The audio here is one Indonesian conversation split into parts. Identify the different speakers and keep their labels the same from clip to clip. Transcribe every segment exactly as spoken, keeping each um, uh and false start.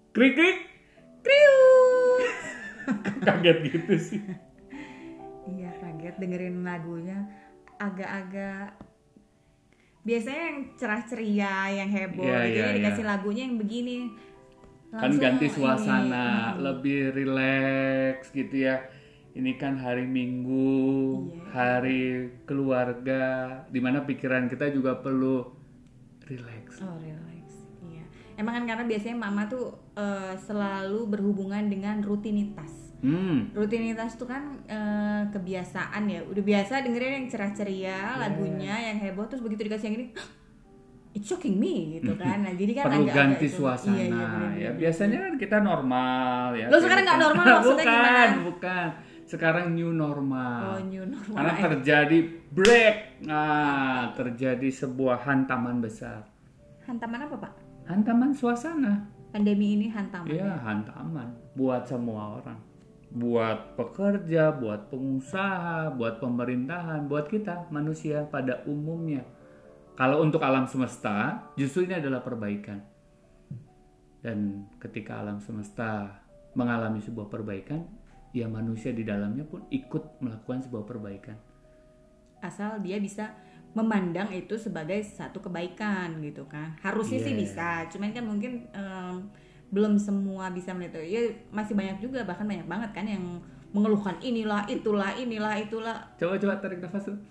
Speaker 1: Krik krik.
Speaker 2: Kriuk.
Speaker 1: Kaget gitu sih.
Speaker 2: Iya kaget dengerin lagunya agak-agak biasanya yang cerah ceria, yang heboh,
Speaker 1: Iya,
Speaker 2: gitu
Speaker 1: iya,
Speaker 2: ya dikasih
Speaker 1: iya.
Speaker 2: lagunya yang begini.
Speaker 1: Kan
Speaker 2: Langsung
Speaker 1: ganti
Speaker 2: ini,
Speaker 1: suasana,
Speaker 2: mm,
Speaker 1: lebih rileks gitu ya. Ini kan hari Minggu,
Speaker 2: Iya.
Speaker 1: hari keluarga, dimana pikiran kita juga perlu rileks.
Speaker 2: Oh relax, iya. Emang kan karena biasanya mama tuh eh, selalu berhubungan dengan rutinitas.
Speaker 1: Hmm,
Speaker 2: Rutinitas tuh kan eh, kebiasaan ya. Udah biasa dengerin yang cerah ceria, lagunya yang heboh, terus begitu dikasih yang ini, it's shocking me gitu kan. Nah jadi kan
Speaker 1: perlu
Speaker 2: agak-agak
Speaker 1: ganti
Speaker 2: itu.
Speaker 1: suasana.
Speaker 2: Iya, iya, bener,
Speaker 1: Ya
Speaker 2: bener,
Speaker 1: biasanya kan kita normal ya.
Speaker 2: Lo sekarang nggak normal maksudnya
Speaker 1: bukan,
Speaker 2: gimana?
Speaker 1: Bukan, sekarang new normal.
Speaker 2: Oh, new normal.
Speaker 1: Karena terjadi break, nah terjadi sebuah hantaman besar.
Speaker 2: Hantaman apa pak?
Speaker 1: Hantaman suasana.
Speaker 2: Pandemi ini hantaman.
Speaker 1: Iya, hantaman buat semua orang. Buat pekerja, buat pengusaha, buat pemerintahan, buat kita manusia pada umumnya. Kalau untuk alam semesta, justru ini adalah perbaikan. Dan ketika alam semesta mengalami sebuah perbaikan, ya manusia di dalamnya pun ikut melakukan sebuah perbaikan.
Speaker 2: Asal dia bisa memandang itu sebagai satu kebaikan gitu kan. Harusnya sih
Speaker 1: Yeah.
Speaker 2: bisa, cuman kan mungkin em, belum semua bisa melihat itu. Ya masih banyak juga, bahkan banyak banget kan yang mengeluhkan inilah itulah inilah itulah.
Speaker 1: Coba-coba tarik nafas dulu.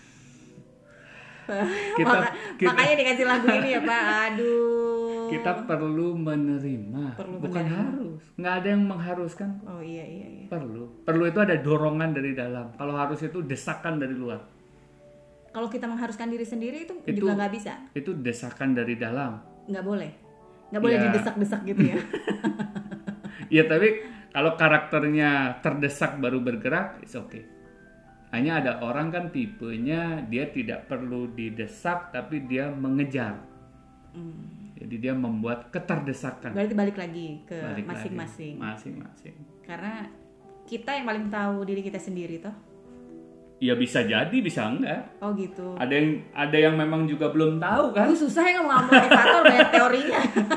Speaker 1: Kita,
Speaker 2: Maka-
Speaker 1: kita,
Speaker 2: makanya dikasih lagu ini ya pak. Aduh.
Speaker 1: kita perlu menerima,
Speaker 2: Perlu
Speaker 1: bukan
Speaker 2: menerima.
Speaker 1: harus. Nggak ada yang mengharuskan.
Speaker 2: Oh iya iya iya.
Speaker 1: Perlu. Perlu itu ada dorongan dari dalam. Kalau harus itu desakan dari luar.
Speaker 2: Kalau kita mengharuskan diri sendiri itu,
Speaker 1: Itu-
Speaker 2: juga nggak bisa.
Speaker 1: Itu desakan dari dalam.
Speaker 2: Nggak boleh. Nggak boleh
Speaker 1: Ya.
Speaker 2: didesak-desak gitu ya.
Speaker 1: Ya tapi kalau karakternya terdesak baru bergerak, it's okay. Hanya ada orang kan tipenya dia tidak perlu didesak tapi dia mengejar.
Speaker 2: Hmm.
Speaker 1: Jadi dia membuat keterdesakan.
Speaker 2: Berarti balik lagi ke
Speaker 1: Balik lagi.
Speaker 2: masing-masing.
Speaker 1: Masing-masing.
Speaker 2: Karena kita yang paling tahu diri kita sendiri toh.
Speaker 1: Ya bisa jadi, bisa enggak.
Speaker 2: Oh gitu.
Speaker 1: Ada yang ada yang memang juga belum tahu kan.
Speaker 2: Aduh susah ya ngomong motivator banyak teorinya.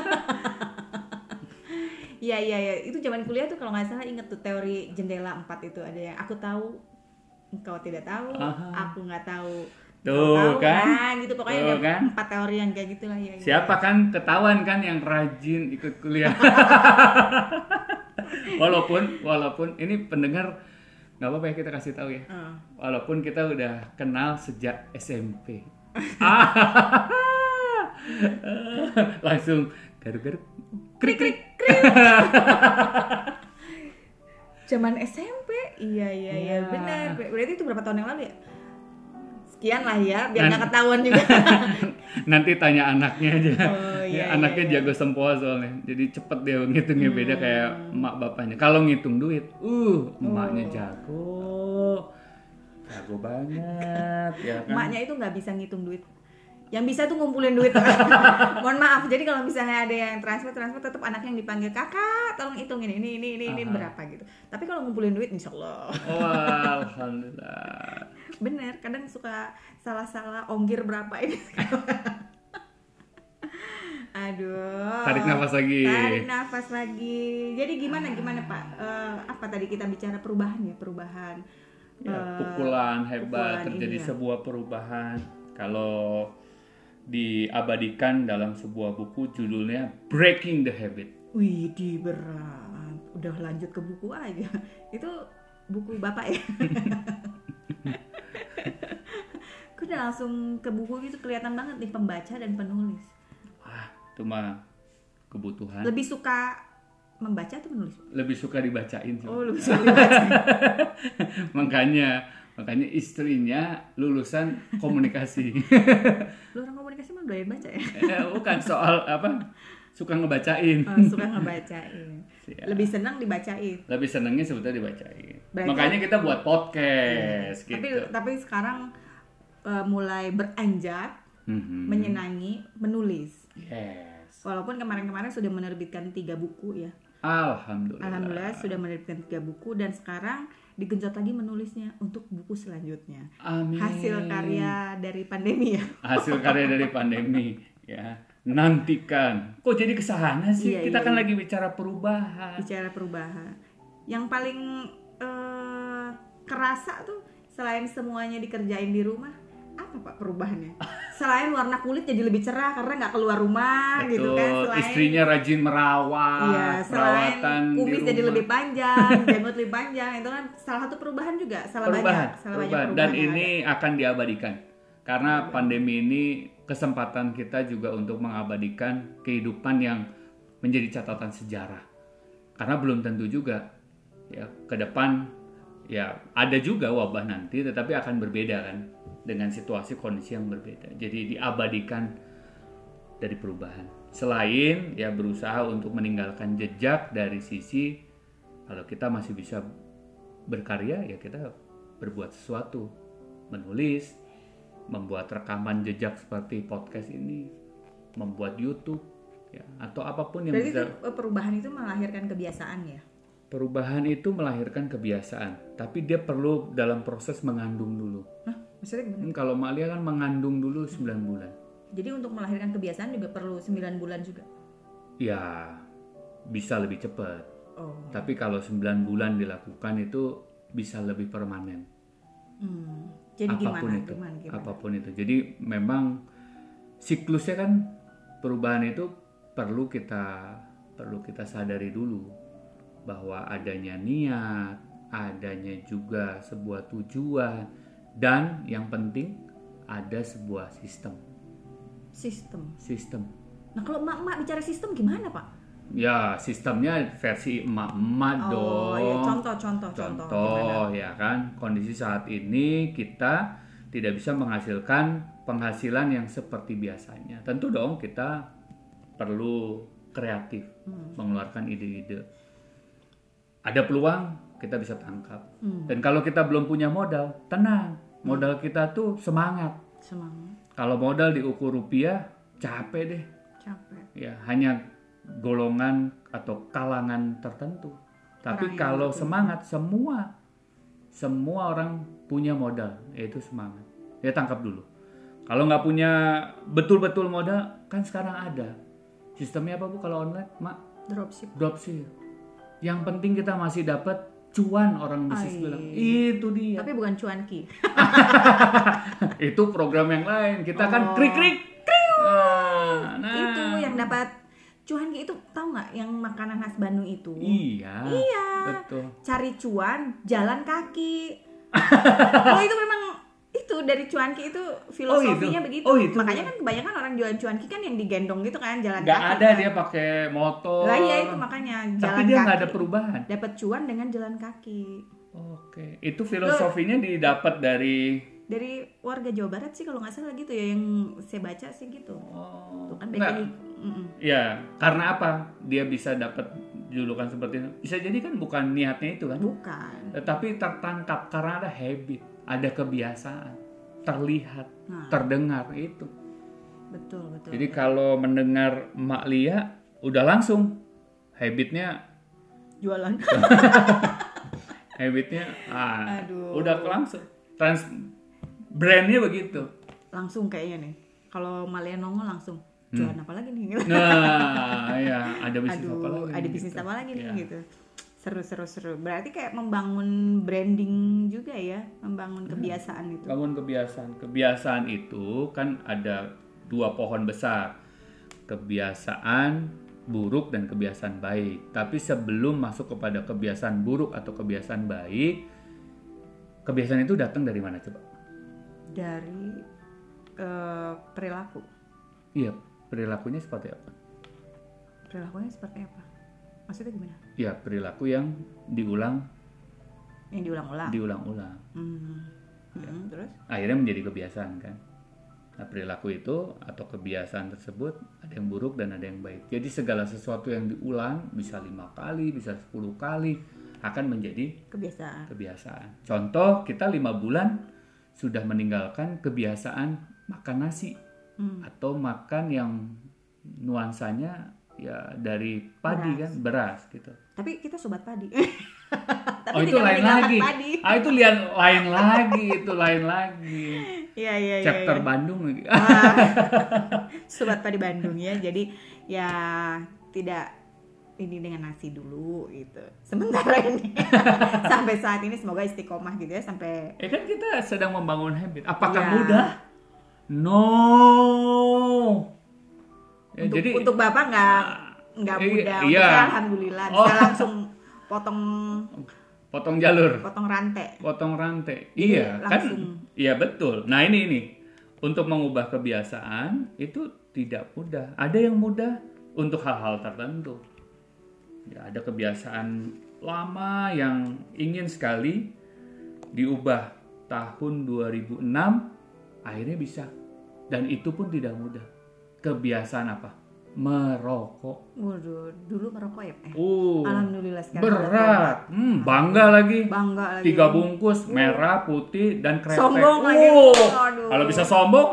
Speaker 2: Iya iya iya, itu zaman kuliah tuh kalau nggak salah inget tuh teori jendela empat itu, ada yang aku tahu, engkau tidak tahu,
Speaker 1: Aha.
Speaker 2: aku nggak tahu.
Speaker 1: Tuh,
Speaker 2: Engkau tahu,
Speaker 1: kan?
Speaker 2: Nah, gitu pokoknya
Speaker 1: Tuh,
Speaker 2: ada
Speaker 1: kan?
Speaker 2: empat teori yang kayak gitulah ya.
Speaker 1: Siapa kan ketahuan kan yang rajin ikut kuliah. walaupun walaupun ini pendengar nggak apa-apa ya kita kasih tahu ya.
Speaker 2: Uh.
Speaker 1: Walaupun kita udah kenal sejak S M P. Langsung garuk-garuk.
Speaker 2: Krik krik krik. Zaman S M P, iya iya iya
Speaker 1: Ya.
Speaker 2: benar. Berarti itu berapa tahun yang lalu ya? Sekian lah ya, biar
Speaker 1: Nan-
Speaker 2: nggak ketahuan juga.
Speaker 1: Nanti tanya anaknya aja.
Speaker 2: Oh, iya,
Speaker 1: Ya,
Speaker 2: iya,
Speaker 1: anaknya
Speaker 2: iya.
Speaker 1: jago sempoa soalnya. Jadi cepet dia ngitungnya beda
Speaker 2: Hmm.
Speaker 1: kayak emak bapaknya. Kalau ngitung duit, uh, emaknya
Speaker 2: Oh.
Speaker 1: jago. Jago banget ya kan.
Speaker 2: Emaknya itu nggak bisa ngitung duit. Yang bisa tuh ngumpulin duit. Mohon maaf. Jadi kalau misalnya ada yang transfer transfer tetap anaknya yang dipanggil kakak, tolong hitungin ini ini ini ini
Speaker 1: Aha.
Speaker 2: berapa gitu. Tapi kalau ngumpulin duit, insya Allah.
Speaker 1: Oh, alhamdulillah.
Speaker 2: Bener. Kadang suka salah-salah ongkir berapa ini. Aduh.
Speaker 1: Tarik nafas lagi.
Speaker 2: Tarik nafas lagi. Jadi gimana gimana Pak? Eh, apa tadi kita bicara perubahan ya perubahan.
Speaker 1: Ya,
Speaker 2: eh,
Speaker 1: pukulan hebat,
Speaker 2: pukulan
Speaker 1: terjadi
Speaker 2: ini ya.
Speaker 1: sebuah perubahan. Kalau diabadikan dalam sebuah buku judulnya Breaking the Habit.
Speaker 2: Wih, di berat. Udah lanjut ke buku aja. Itu buku Bapak ya? Aku udah langsung ke buku gitu, kelihatan banget nih pembaca dan penulis.
Speaker 1: Ah, itu mah kebutuhan.
Speaker 2: Lebih suka membaca atau menulis?
Speaker 1: Lebih suka dibacain sih.
Speaker 2: Oh, lebih suka membaca.
Speaker 1: makanya makanya istrinya lulusan komunikasi.
Speaker 2: Lu orang komunikasi mah doyan baca ya?
Speaker 1: Eh, bukan soal apa suka ngebacain.
Speaker 2: Oh, suka ngebacain.
Speaker 1: Siap.
Speaker 2: Lebih senang dibacain.
Speaker 1: Lebih senangnya sebetulnya dibacain.
Speaker 2: Berarti-
Speaker 1: Makanya kita buat podcast gitu.
Speaker 2: Tapi tapi sekarang eh, mulai beranjak
Speaker 1: Mhm.
Speaker 2: menyenangi menulis.
Speaker 1: Yes.
Speaker 2: Walaupun kemarin-kemarin sudah menerbitkan tiga buku ya.
Speaker 1: Alhamdulillah.
Speaker 2: Alhamdulillah sudah menerbitkan tiga buku dan sekarang digenjot lagi menulisnya untuk buku selanjutnya.
Speaker 1: Amin.
Speaker 2: Hasil karya dari pandemi ya.
Speaker 1: Hasil karya dari pandemi ya. nantikan. Kok jadi kesana sih?
Speaker 2: Iya,
Speaker 1: Kita
Speaker 2: iya,
Speaker 1: kan
Speaker 2: iya.
Speaker 1: lagi bicara perubahan.
Speaker 2: Bicara perubahan. Yang paling eh, kerasa tuh selain semuanya dikerjain di rumah, apa Pak perubahannya? Selain warna kulit jadi lebih cerah karena nggak keluar rumah gitu kan.
Speaker 1: Betul,
Speaker 2: Selain
Speaker 1: istrinya rajin merawat,
Speaker 2: iya, selain
Speaker 1: perawatan di
Speaker 2: kumis jadi
Speaker 1: rumah.
Speaker 2: lebih panjang, janggut lebih panjang, itu kan salah satu perubahan juga, salah
Speaker 1: perubahan,
Speaker 2: banyak, salah banyak
Speaker 1: perubahan.
Speaker 2: perubahan
Speaker 1: Dan
Speaker 2: yang
Speaker 1: ini akan diabadikan karena pandemi ini kesempatan kita juga untuk mengabadikan kehidupan yang menjadi catatan sejarah. Karena belum tentu juga ya ke depan ya ada juga wabah nanti, tetapi akan berbeda kan dengan situasi kondisi yang berbeda. Jadi diabadikan dari perubahan. Selain ya berusaha untuk meninggalkan jejak dari sisi kalau kita masih bisa berkarya ya kita berbuat sesuatu, menulis, membuat rekaman jejak seperti podcast ini, membuat YouTube ya atau apapun yang
Speaker 2: Berarti
Speaker 1: bisa.
Speaker 2: itu, perubahan itu melahirkan kebiasaan ya?
Speaker 1: Perubahan itu melahirkan kebiasaan, tapi dia perlu dalam proses mengandung dulu.
Speaker 2: Hah? Maksudnya gimana?
Speaker 1: Hmm, kalau Malia kan mengandung dulu sembilan bulan.
Speaker 2: Jadi untuk melahirkan kebiasaan juga perlu sembilan bulan juga?
Speaker 1: Ya, bisa lebih cepat.
Speaker 2: Oh.
Speaker 1: Tapi kalau sembilan bulan dilakukan itu bisa lebih permanen.
Speaker 2: Hmm. Jadi
Speaker 1: apapun
Speaker 2: gimana?
Speaker 1: itu,
Speaker 2: gimana? Gimana?
Speaker 1: apapun itu. Jadi memang siklusnya kan perubahan itu perlu kita perlu kita sadari dulu bahwa adanya niat, adanya juga sebuah tujuan, dan yang penting ada sebuah sistem.
Speaker 2: Sistem.
Speaker 1: Sistem.
Speaker 2: Nah kalau emak-emak bicara sistem gimana Pak?
Speaker 1: Ya sistemnya versi emak-emak
Speaker 2: Oh
Speaker 1: dong.
Speaker 2: ya contoh, contoh, contoh.
Speaker 1: Contoh
Speaker 2: Gimana?
Speaker 1: ya kan kondisi saat ini kita tidak bisa menghasilkan penghasilan yang seperti biasanya. Tentu dong kita perlu kreatif,
Speaker 2: Hmm.
Speaker 1: mengeluarkan ide-ide. Ada peluang kita bisa tangkap.
Speaker 2: Hmm.
Speaker 1: Dan kalau kita belum punya modal, tenang. Modal kita tuh semangat.
Speaker 2: Semangat.
Speaker 1: Kalau modal diukur rupiah, capek deh.
Speaker 2: Capek.
Speaker 1: Ya, hanya golongan atau kalangan tertentu. Tapi
Speaker 2: Orang yang
Speaker 1: kalau
Speaker 2: betul.
Speaker 1: semangat, semua semua orang punya modal, yaitu semangat. Ya tangkap dulu. Kalau nggak punya betul-betul modal, kan sekarang ada. Sistemnya apa Bu kalau online, Mak?
Speaker 2: Dropship.
Speaker 1: Dropship. Yang penting kita masih dapat cuan, orang bisnis
Speaker 2: Ai.
Speaker 1: bilang. Itu dia.
Speaker 2: Tapi bukan cuanki.
Speaker 1: Itu program yang lain. Kita kan
Speaker 2: Oh.
Speaker 1: krik-krik. Nah, nah.
Speaker 2: Itu yang dapat cuanki itu tahu nggak? Yang makanan khas Bandung itu.
Speaker 1: Iya.
Speaker 2: Iya.
Speaker 1: Betul.
Speaker 2: Cari cuan, jalan kaki. Oh itu memang itu dari cuanki itu filosofinya
Speaker 1: Oh, itu.
Speaker 2: begitu.
Speaker 1: Oh, itu.
Speaker 2: Makanya kan kebanyakan orang jualan cuanki kan yang digendong gitu kan jalan
Speaker 1: Nggak
Speaker 2: kaki.
Speaker 1: ada
Speaker 2: kan.
Speaker 1: dia pakai motor.
Speaker 2: Lah iya itu makanya
Speaker 1: Tapi
Speaker 2: jalan
Speaker 1: dia
Speaker 2: kaki.
Speaker 1: nggak ada perubahan.
Speaker 2: Dapat cuan dengan jalan kaki.
Speaker 1: Oke, itu filosofinya didapat dari.
Speaker 2: Dari warga Jawa Barat sih kalau nggak salah gitu ya yang saya baca sih gitu.
Speaker 1: Oh,
Speaker 2: Tuh kan
Speaker 1: nggak.
Speaker 2: baik mm-mm.
Speaker 1: Ya, karena apa? Dia bisa dapat julukan seperti itu. Bisa jadi kan bukan niatnya itu kan.
Speaker 2: Bukan.
Speaker 1: Tetapi tertangkap karena ada habit, ada kebiasaan, terlihat,
Speaker 2: Nah.
Speaker 1: terdengar itu.
Speaker 2: Betul betul.
Speaker 1: Jadi kalau mendengar Mak Lia udah langsung habitnya
Speaker 2: jualan.
Speaker 1: habitnya ah,
Speaker 2: Aduh.
Speaker 1: udah langsung trans brandnya begitu.
Speaker 2: Langsung kayaknya nih. Kalau Malia nongol langsung jualan apa lagi nih?
Speaker 1: Nah, ya ada bisnis
Speaker 2: Aduh,
Speaker 1: apa lagi?
Speaker 2: ada bisnis
Speaker 1: gitu.
Speaker 2: apa lagi nih
Speaker 1: Ya.
Speaker 2: gitu. Seru seru seru. Berarti kayak membangun branding juga ya, membangun kebiasaan itu.
Speaker 1: Bangun kebiasaan. Kebiasaan itu kan ada dua pohon besar. Kebiasaan buruk dan kebiasaan baik. Tapi sebelum masuk kepada kebiasaan buruk atau kebiasaan baik, kebiasaan itu datang dari mana coba?
Speaker 2: Dari eh, perilaku.
Speaker 1: Iya, perilakunya seperti apa?
Speaker 2: Perilakunya seperti apa? Maksudnya gimana?
Speaker 1: Ya, perilaku yang diulang,
Speaker 2: Yang diulang-ulang.
Speaker 1: diulang-ulang.
Speaker 2: Hmm. Hmm, terus?
Speaker 1: Akhirnya menjadi kebiasaan kan. Nah, perilaku itu atau kebiasaan tersebut ada yang buruk dan ada yang baik. Jadi segala sesuatu yang diulang bisa lima kali, bisa sepuluh kali akan menjadi
Speaker 2: Kebiasaan.
Speaker 1: kebiasaan. Contoh, kita lima bulan sudah meninggalkan kebiasaan makan nasi
Speaker 2: Hmm.
Speaker 1: atau makan yang nuansanya ya dari padi
Speaker 2: Beras.
Speaker 1: kan, beras gitu.
Speaker 2: Tapi kita sobat padi. Tapi
Speaker 1: Oh itu
Speaker 2: tidak
Speaker 1: lain
Speaker 2: meninggalkan
Speaker 1: lagi.
Speaker 2: padi.
Speaker 1: Ah itu lian lain lagi, itu lain lagi.
Speaker 2: Iya iya iya.
Speaker 1: Chapter
Speaker 2: iya.
Speaker 1: Bandung lagi.
Speaker 2: Ah, Sobat Padi Bandung ya. Jadi ya tidak ini dengan nasi dulu gitu. Sementara ini sampai saat ini semoga istiqomah gitu ya sampai.
Speaker 1: Eh kan kita sedang membangun habit. Apakah
Speaker 2: Ya.
Speaker 1: mudah? No. Ya,
Speaker 2: Untuk,
Speaker 1: jadi
Speaker 2: untuk Bapak nggak nggak
Speaker 1: i-
Speaker 2: mudah. Untuk
Speaker 1: iya.
Speaker 2: saya alhamdulillah bisa
Speaker 1: Oh.
Speaker 2: langsung potong
Speaker 1: potong jalur,
Speaker 2: potong rantai.
Speaker 1: potong rantai.
Speaker 2: Jadi
Speaker 1: Iya, kan?
Speaker 2: langsung.
Speaker 1: Iya betul. Nah, ini ini. Untuk mengubah kebiasaan itu tidak mudah. Ada yang mudah untuk hal-hal tertentu. Ya, ada kebiasaan lama yang ingin sekali diubah tahun dua ribu enam akhirnya bisa. Dan itu pun tidak mudah. Kebiasaan apa? Merokok.
Speaker 2: Waduh, dulu merokok ya, eh.
Speaker 1: Uh,
Speaker 2: Alhamdulillah sekarang
Speaker 1: berat. Hmm, bangga lagi.
Speaker 2: Bangga lagi.
Speaker 1: Tiga bungkus, merah, putih, dan kretek.
Speaker 2: Sombong lagi.
Speaker 1: Uh,
Speaker 2: Aduh.
Speaker 1: kalau bisa sombong,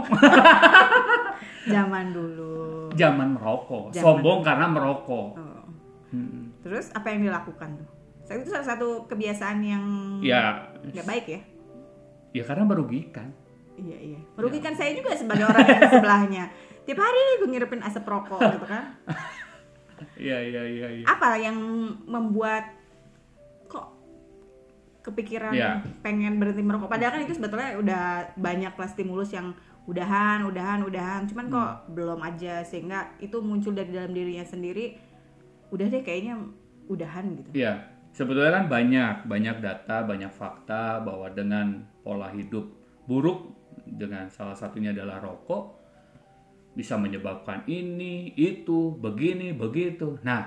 Speaker 2: Zaman dulu.
Speaker 1: zaman merokok.
Speaker 2: Zaman.
Speaker 1: Sombong karena merokok.
Speaker 2: Oh.
Speaker 1: Hmm.
Speaker 2: Terus apa yang dilakukan tuh? Saya itu salah satu kebiasaan yang
Speaker 1: Ya,
Speaker 2: nggak baik ya.
Speaker 1: ya karena merugikan.
Speaker 2: Iya iya. Merugikan saya juga sebagai orang yang di sebelahnya. Tiap hari gue ngirupin asap rokok gitu kan.
Speaker 1: Iya, iya, iya. iya.
Speaker 2: Apa yang membuat kok kepikiran
Speaker 1: Ya.
Speaker 2: pengen berhenti merokok? Padahal kan itu sebetulnya udah banyak lah stimulus yang udahan, udahan, udahan. Cuman kok
Speaker 1: Hmm.
Speaker 2: belum aja sehingga itu muncul dari dalam dirinya sendiri. Udah deh kayaknya udahan gitu.
Speaker 1: Iya, sebetulnya kan banyak, banyak data, banyak fakta bahwa dengan pola hidup buruk, dengan salah satunya adalah rokok, bisa menyebabkan ini, itu, begini, begitu. Nah,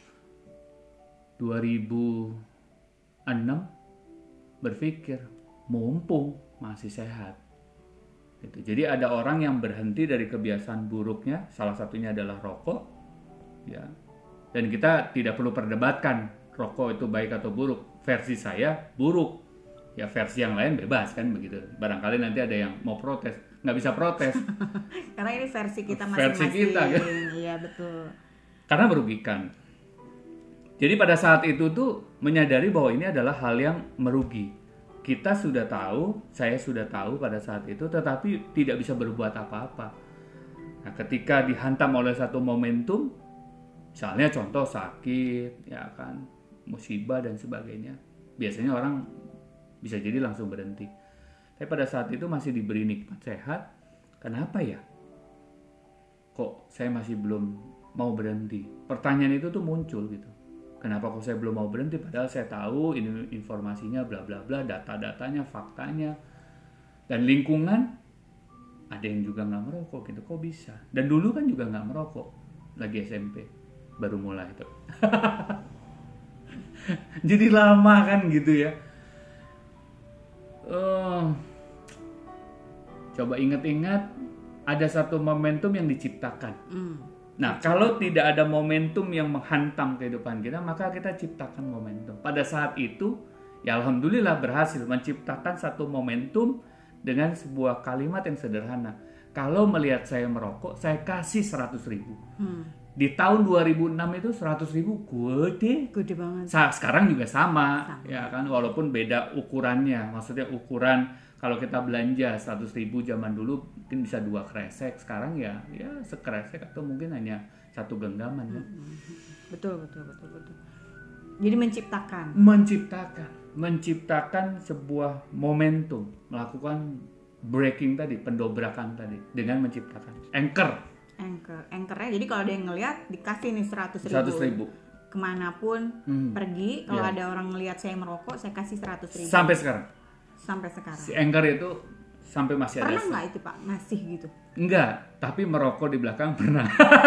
Speaker 1: dua ribu enam berpikir, mumpung masih sehat. Gitu. Jadi ada orang yang berhenti dari kebiasaan buruknya, salah satunya adalah rokok, ya. Dan kita tidak perlu perdebatkan rokok itu baik atau buruk. Versi saya buruk. Ya versi yang lain bebas kan begitu. Barangkali nanti ada yang mau protes, nggak bisa protes
Speaker 2: Karena ini versi kita
Speaker 1: Versi
Speaker 2: masing-masing.
Speaker 1: kita, kan?
Speaker 2: Iya betul.
Speaker 1: karena merugikan. Jadi pada saat itu tuh menyadari bahwa ini adalah hal yang merugi. Kita sudah tahu, saya sudah tahu pada saat itu, tetapi tidak bisa berbuat apa-apa. Nah, ketika dihantam oleh satu momentum, misalnya contoh sakit, ya kan, musibah dan sebagainya, biasanya orang bisa jadi langsung berhenti. Tapi pada saat itu masih diberi nikmat sehat, kenapa ya? Kok saya masih belum mau berhenti? Pertanyaan itu tuh muncul gitu. Kenapa kok saya belum mau berhenti? Padahal saya tahu ini informasinya, bla bla bla, data-datanya, faktanya, dan lingkungan. Ada yang juga nggak merokok gitu, kok bisa? Dan dulu kan juga nggak merokok, lagi S M P, baru mulai itu. Jadi lama kan gitu ya. Uh, coba ingat-ingat, ada satu momentum yang diciptakan.
Speaker 2: Hmm.
Speaker 1: Nah, kalau tidak ada momentum yang menghantam kehidupan kita, maka kita ciptakan momentum. Pada saat itu, ya alhamdulillah berhasil menciptakan satu momentum dengan sebuah kalimat yang sederhana. Kalau melihat saya merokok, saya kasih seratus ribu.
Speaker 2: Hmm.
Speaker 1: Di tahun dua ribu enam itu seratus ribu gede.
Speaker 2: Gede banget.
Speaker 1: Sa- Sekarang juga sama,
Speaker 2: Sama.
Speaker 1: ya kan, walaupun beda ukurannya. Maksudnya ukuran kalau kita belanja seratus ribu zaman dulu mungkin bisa dua kresek, sekarang ya ya sekresek atau mungkin hanya satu genggaman kan.
Speaker 2: Betul betul betul betul. Jadi menciptakan.
Speaker 1: Menciptakan, menciptakan sebuah momentum, melakukan breaking tadi, pendobrakan tadi dengan menciptakan anchor
Speaker 2: Anchor, anchornya. Jadi kalau ada yang ngelihat dikasih nih seratus ribu.
Speaker 1: seratus ribu
Speaker 2: Kemanapun
Speaker 1: Hmm.
Speaker 2: pergi, kalau
Speaker 1: Iya.
Speaker 2: ada orang ngelihat saya merokok, saya kasih seratus ribu.
Speaker 1: sampai sekarang.
Speaker 2: Sampai sekarang.
Speaker 1: Si anchor itu sampai masih ada.
Speaker 2: Pernah nggak itu Pak ngasih gitu?
Speaker 1: Enggak, tapi merokok di belakang pernah.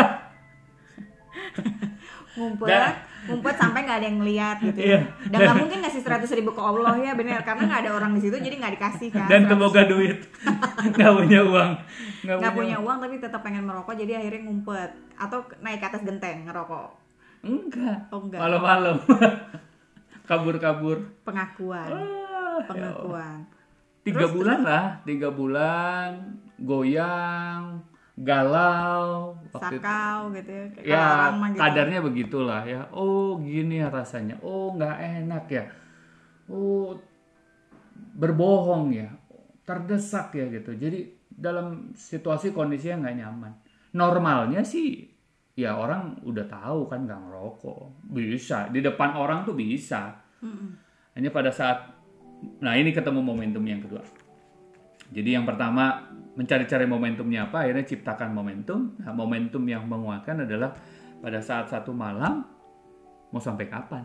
Speaker 2: Ngumpet,
Speaker 1: Nah.
Speaker 2: ngumpet sampai nggak ada yang ngelihat gitu.
Speaker 1: Iya.
Speaker 2: Dan nggak mungkin ngasih seratus ribu ke Allah ya benar, karena nggak ada orang di situ jadi nggak dikasih kan.
Speaker 1: Dan
Speaker 2: seratus
Speaker 1: kemoga duit. Nggak punya uang. Nggak
Speaker 2: nggak punya uang tapi tetap pengen merokok jadi akhirnya ngumpet atau naik ke atas genteng ngerokok.
Speaker 1: Enggak.
Speaker 2: Oh, enggak.
Speaker 1: Malam-malam. Kabur-kabur.
Speaker 2: Pengakuan,
Speaker 1: Ah, ya
Speaker 2: pengakuan.
Speaker 1: Tiga
Speaker 2: Terus,
Speaker 1: bulan lah, tiga bulan goyang, galau, waktu itu.
Speaker 2: sakau gitu ya. Kayak
Speaker 1: Ya
Speaker 2: kalau orang mah gitu.
Speaker 1: kadarnya begitulah ya. Oh gini ya rasanya. Oh nggak enak ya. Oh berbohong ya. Terdesak ya gitu. Jadi dalam situasi kondisinya nggak nyaman. Normalnya sih ya orang udah tahu kan nggak ngerokok. Bisa di depan orang tuh bisa.
Speaker 2: Mm-mm.
Speaker 1: Hanya pada saat, nah ini ketemu momentum yang kedua. Jadi yang pertama mencari-cari momentumnya apa, akhirnya ciptakan momentum. Nah, momentum yang menguatkan adalah pada saat satu malam, mau sampai kapan?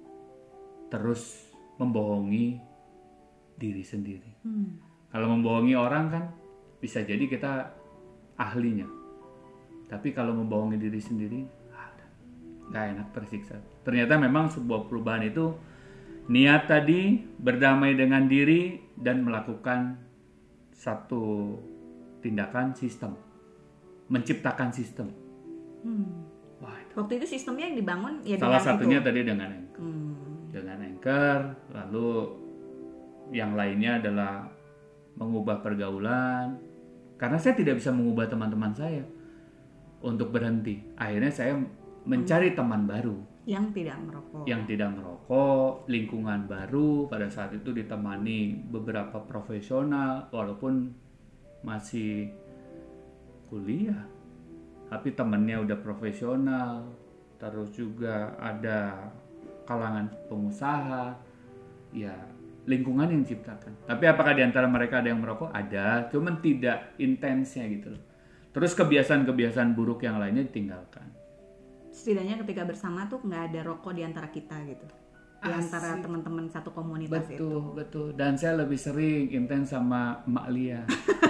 Speaker 1: Terus membohongi diri sendiri.
Speaker 2: Hmm.
Speaker 1: Kalau membohongi orang kan bisa jadi kita ahlinya. Tapi kalau membohongi diri sendiri, nggak enak, tersiksa. Ternyata memang sebuah perubahan itu niat tadi, berdamai dengan diri dan melakukan satu tindakan sistem, menciptakan sistem.
Speaker 2: Hmm.
Speaker 1: Wah, itu.
Speaker 2: Waktu itu sistemnya yang dibangun ya
Speaker 1: Salah
Speaker 2: dengan
Speaker 1: satunya
Speaker 2: itu.
Speaker 1: tadi dengan anchor,
Speaker 2: Hmm.
Speaker 1: dengan anchor, lalu yang lainnya adalah mengubah pergaulan. Karena saya tidak bisa mengubah teman-teman saya untuk berhenti. Akhirnya saya mencari teman baru
Speaker 2: Yang tidak merokok.
Speaker 1: yang tidak merokok, lingkungan baru. Pada saat itu ditemani beberapa profesional walaupun masih kuliah, tapi temennya udah profesional. Terus juga ada kalangan pengusaha, ya lingkungan yang diciptakan. Tapi apakah di antara mereka ada yang merokok? Ada, cuman tidak intensnya gitu loh. Terus kebiasaan-kebiasaan buruk yang lainnya ditinggalkan.
Speaker 2: Setidaknya ketika bersama tuh nggak ada rokok di antara kita gitu. Di antara
Speaker 1: Asik.
Speaker 2: teman-teman satu komunitas itu.
Speaker 1: Betul, betul. Dan saya lebih sering intens sama Mak Lia.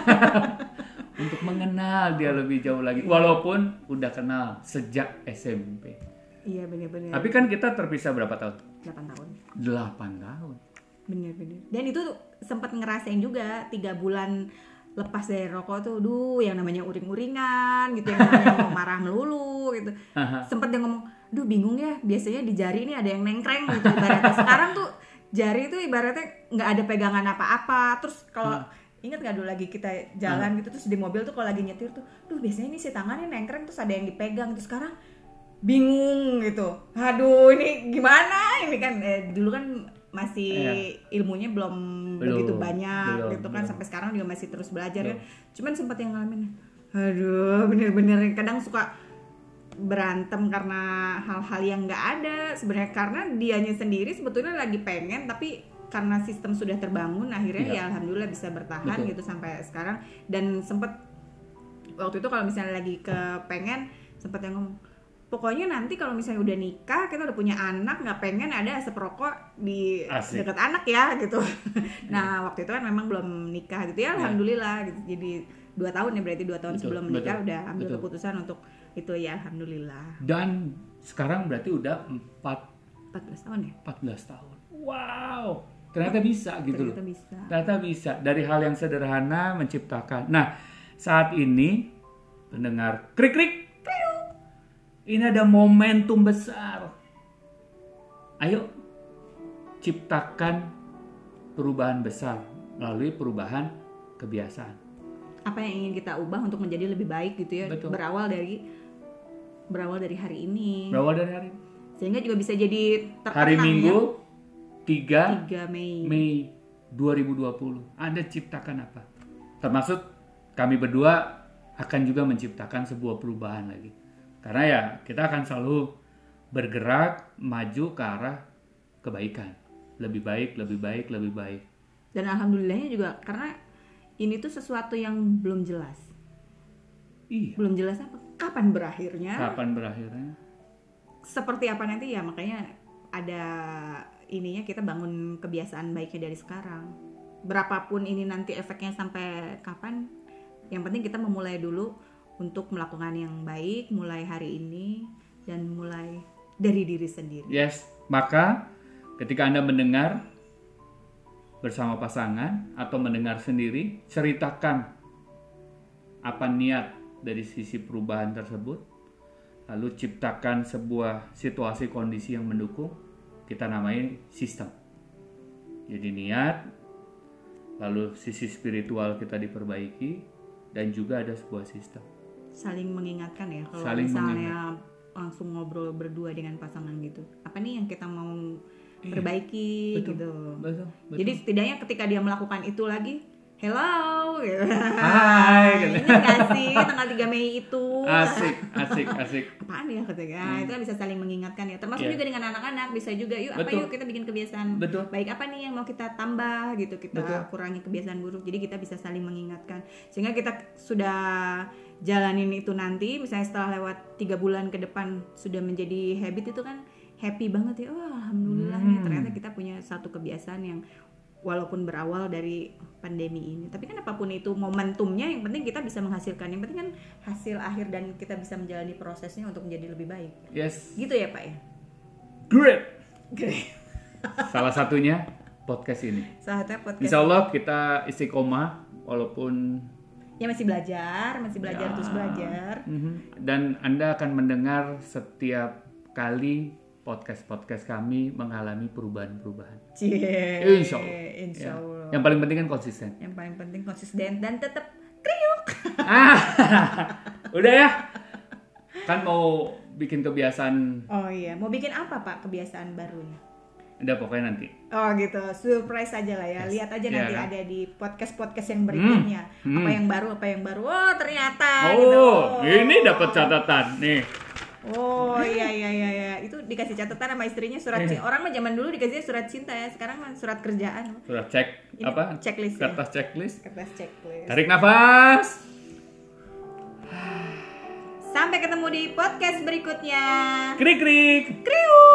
Speaker 1: Untuk mengenal dia lebih jauh lagi. Walaupun udah kenal sejak S M P.
Speaker 2: Iya benar-benar.
Speaker 1: Tapi kan kita terpisah berapa tahun?
Speaker 2: delapan tahun.
Speaker 1: delapan tahun.
Speaker 2: Bener-bener. Dan itu tuh sempat ngerasain juga tiga bulan lepas dari rokok tuh, duh yang namanya uring-uringan gitu, yang namanya mau marah melulu gitu. Sempet dia ngomong, duh bingung ya, biasanya di jari ini ada yang nengkreng gitu ibaratnya. Sekarang tuh jari itu ibaratnya nggak ada pegangan apa-apa. Terus kalau hmm. ingat nggak dulu lagi kita jalan hmm. gitu, terus di mobil tuh kalau lagi nyetir tuh, duh biasanya ini si tangannya nengkreng terus ada yang dipegang. Terus sekarang bingung gitu. Aduh ini gimana? Ini kan eh, dulu kan masih yeah. ilmunya belum, belum begitu banyak belum, gitu kan belum. Sampai sekarang juga masih terus belajar belum. Ya. Cuman sempat yang ngalamin, aduh bener-bener kadang suka berantem karena hal-hal yang nggak ada sebenarnya, karena dianya sendiri sebetulnya lagi pengen, tapi karena sistem sudah terbangun akhirnya yeah. ya alhamdulillah bisa bertahan betul. Gitu sampai sekarang. Dan sempat waktu itu kalau misalnya lagi kepengen sempat yang ngomong, pokoknya nanti kalau misalnya udah nikah, kita udah punya anak, nggak pengen ada asap rokok di Asik. Dekat anak ya gitu. Nah waktu itu kan memang belum nikah gitu ya, alhamdulillah gitu. Jadi dua tahun ya berarti dua tahun betul, sebelum menikah betul, udah ambil betul. Keputusan untuk itu ya alhamdulillah.
Speaker 1: Dan sekarang berarti udah empat
Speaker 2: belas tahun ya?
Speaker 1: empat belas tahun. Wow, ternyata bisa gitu
Speaker 2: ternyata
Speaker 1: loh.
Speaker 2: Bisa.
Speaker 1: Ternyata bisa dari hal yang sederhana menciptakan. Nah saat ini pendengar krik-krik. Ini ada momentum besar. Ayo ciptakan perubahan besar melalui perubahan kebiasaan.
Speaker 2: Apa yang ingin kita ubah untuk menjadi lebih baik gitu ya. Betul. Berawal dari berawal dari hari ini.
Speaker 1: Berawal dari hari ini.
Speaker 2: Sehingga juga bisa jadi terkenang.
Speaker 1: Hari Minggu tiga Mei dua ribu dua puluh. Anda ciptakan apa? Termasuk kami berdua akan juga menciptakan sebuah perubahan lagi. Karena ya kita akan selalu bergerak maju ke arah kebaikan. Lebih baik, lebih baik, lebih baik.
Speaker 2: Dan alhamdulillahnya juga karena ini tuh sesuatu yang belum jelas.
Speaker 1: Iya.
Speaker 2: Belum jelas apa? Kapan berakhirnya?
Speaker 1: Kapan berakhirnya?
Speaker 2: Seperti apa nanti ya, makanya ada ininya kita bangun kebiasaan baiknya dari sekarang. Berapapun ini nanti efeknya sampai kapan, yang penting kita memulai dulu untuk melakukan yang baik mulai hari ini dan mulai dari diri sendiri.
Speaker 1: Yes, maka ketika Anda mendengar bersama pasangan atau mendengar sendiri, ceritakan apa niat dari sisi perubahan tersebut, lalu ciptakan sebuah situasi kondisi yang mendukung, kita namai sistem. Jadi niat, lalu sisi spiritual kita diperbaiki, dan juga ada sebuah sistem.
Speaker 2: saling mengingatkan ya kalau
Speaker 1: Saling
Speaker 2: misalnya langsung ngobrol berdua dengan pasangan gitu. Apa nih yang kita mau perbaiki
Speaker 1: Betul,
Speaker 2: gitu.
Speaker 1: betul, betul.
Speaker 2: Jadi setidaknya ketika dia melakukan itu lagi, hello, gitu.
Speaker 1: Hai, gitu.
Speaker 2: Ini nggak sih tanggal tiga Mei itu?
Speaker 1: Asik, asik, asik.
Speaker 2: Apaan ya katanya? Nah, itu kan bisa saling mengingatkan ya. Termasuk
Speaker 1: Iya.
Speaker 2: juga dengan anak-anak bisa juga. Yuk apa
Speaker 1: Betul.
Speaker 2: yuk kita bikin kebiasaan
Speaker 1: Betul.
Speaker 2: baik apa nih yang mau kita tambah gitu. Kita
Speaker 1: Betul.
Speaker 2: kurangi kebiasaan buruk. Jadi kita bisa saling mengingatkan. Sehingga kita sudah jalanin itu nanti, misalnya setelah lewat tiga bulan ke depan sudah menjadi habit itu kan happy banget ya. Oh, alhamdulillah ya
Speaker 1: Hmm.
Speaker 2: ternyata kita punya satu kebiasaan yang walaupun berawal dari pandemi ini. Tapi kan apapun itu momentumnya, yang penting kita bisa menghasilkan. Yang penting kan hasil akhir dan kita bisa menjalani prosesnya untuk menjadi lebih baik.
Speaker 1: Yes.
Speaker 2: Gitu ya Pak ya?
Speaker 1: Great.
Speaker 2: Great.
Speaker 1: Salah satunya podcast ini.
Speaker 2: Salah satunya podcast.
Speaker 1: Insya Allah kita istiqomah walaupun
Speaker 2: Ya masih belajar, masih belajar
Speaker 1: Ya.
Speaker 2: terus belajar.
Speaker 1: Mhm. Dan Anda akan mendengar setiap kali podcast-podcast kami mengalami perubahan-perubahan.
Speaker 2: Cie.
Speaker 1: Insya Allah.
Speaker 2: Insya
Speaker 1: Ya.
Speaker 2: Allah.
Speaker 1: Yang paling penting kan konsisten.
Speaker 2: Yang paling penting konsisten dan tetap kriuk.
Speaker 1: Ah, udah ya. Kan mau bikin kebiasaan.
Speaker 2: Oh iya, mau bikin apa Pak kebiasaan barunya?
Speaker 1: Udah pokoknya nanti.
Speaker 2: Oh gitu, surprise aja lah ya.
Speaker 1: Yes.
Speaker 2: Lihat aja
Speaker 1: Iya
Speaker 2: nanti
Speaker 1: kan?
Speaker 2: ada di podcast-podcast yang berikutnya.
Speaker 1: Hmm.
Speaker 2: Apa
Speaker 1: Hmm.
Speaker 2: yang baru, apa yang baru. Oh ternyata.
Speaker 1: Oh,
Speaker 2: gitu.
Speaker 1: ini dapat catatan nih.
Speaker 2: Oh iya iya iya iya. Itu dikasih catatan sama istrinya surat
Speaker 1: Eh.
Speaker 2: cinta. Orang mah zaman dulu dikasihnya surat cinta ya. Sekarang mah surat kerjaan.
Speaker 1: Sudah cek
Speaker 2: Ini
Speaker 1: apa?
Speaker 2: checklist ya?
Speaker 1: Kertas checklist.
Speaker 2: Kertas checklist.
Speaker 1: Tarik nafas.
Speaker 2: Sampai ketemu di podcast berikutnya.
Speaker 1: Krik krik.
Speaker 2: Kriuk.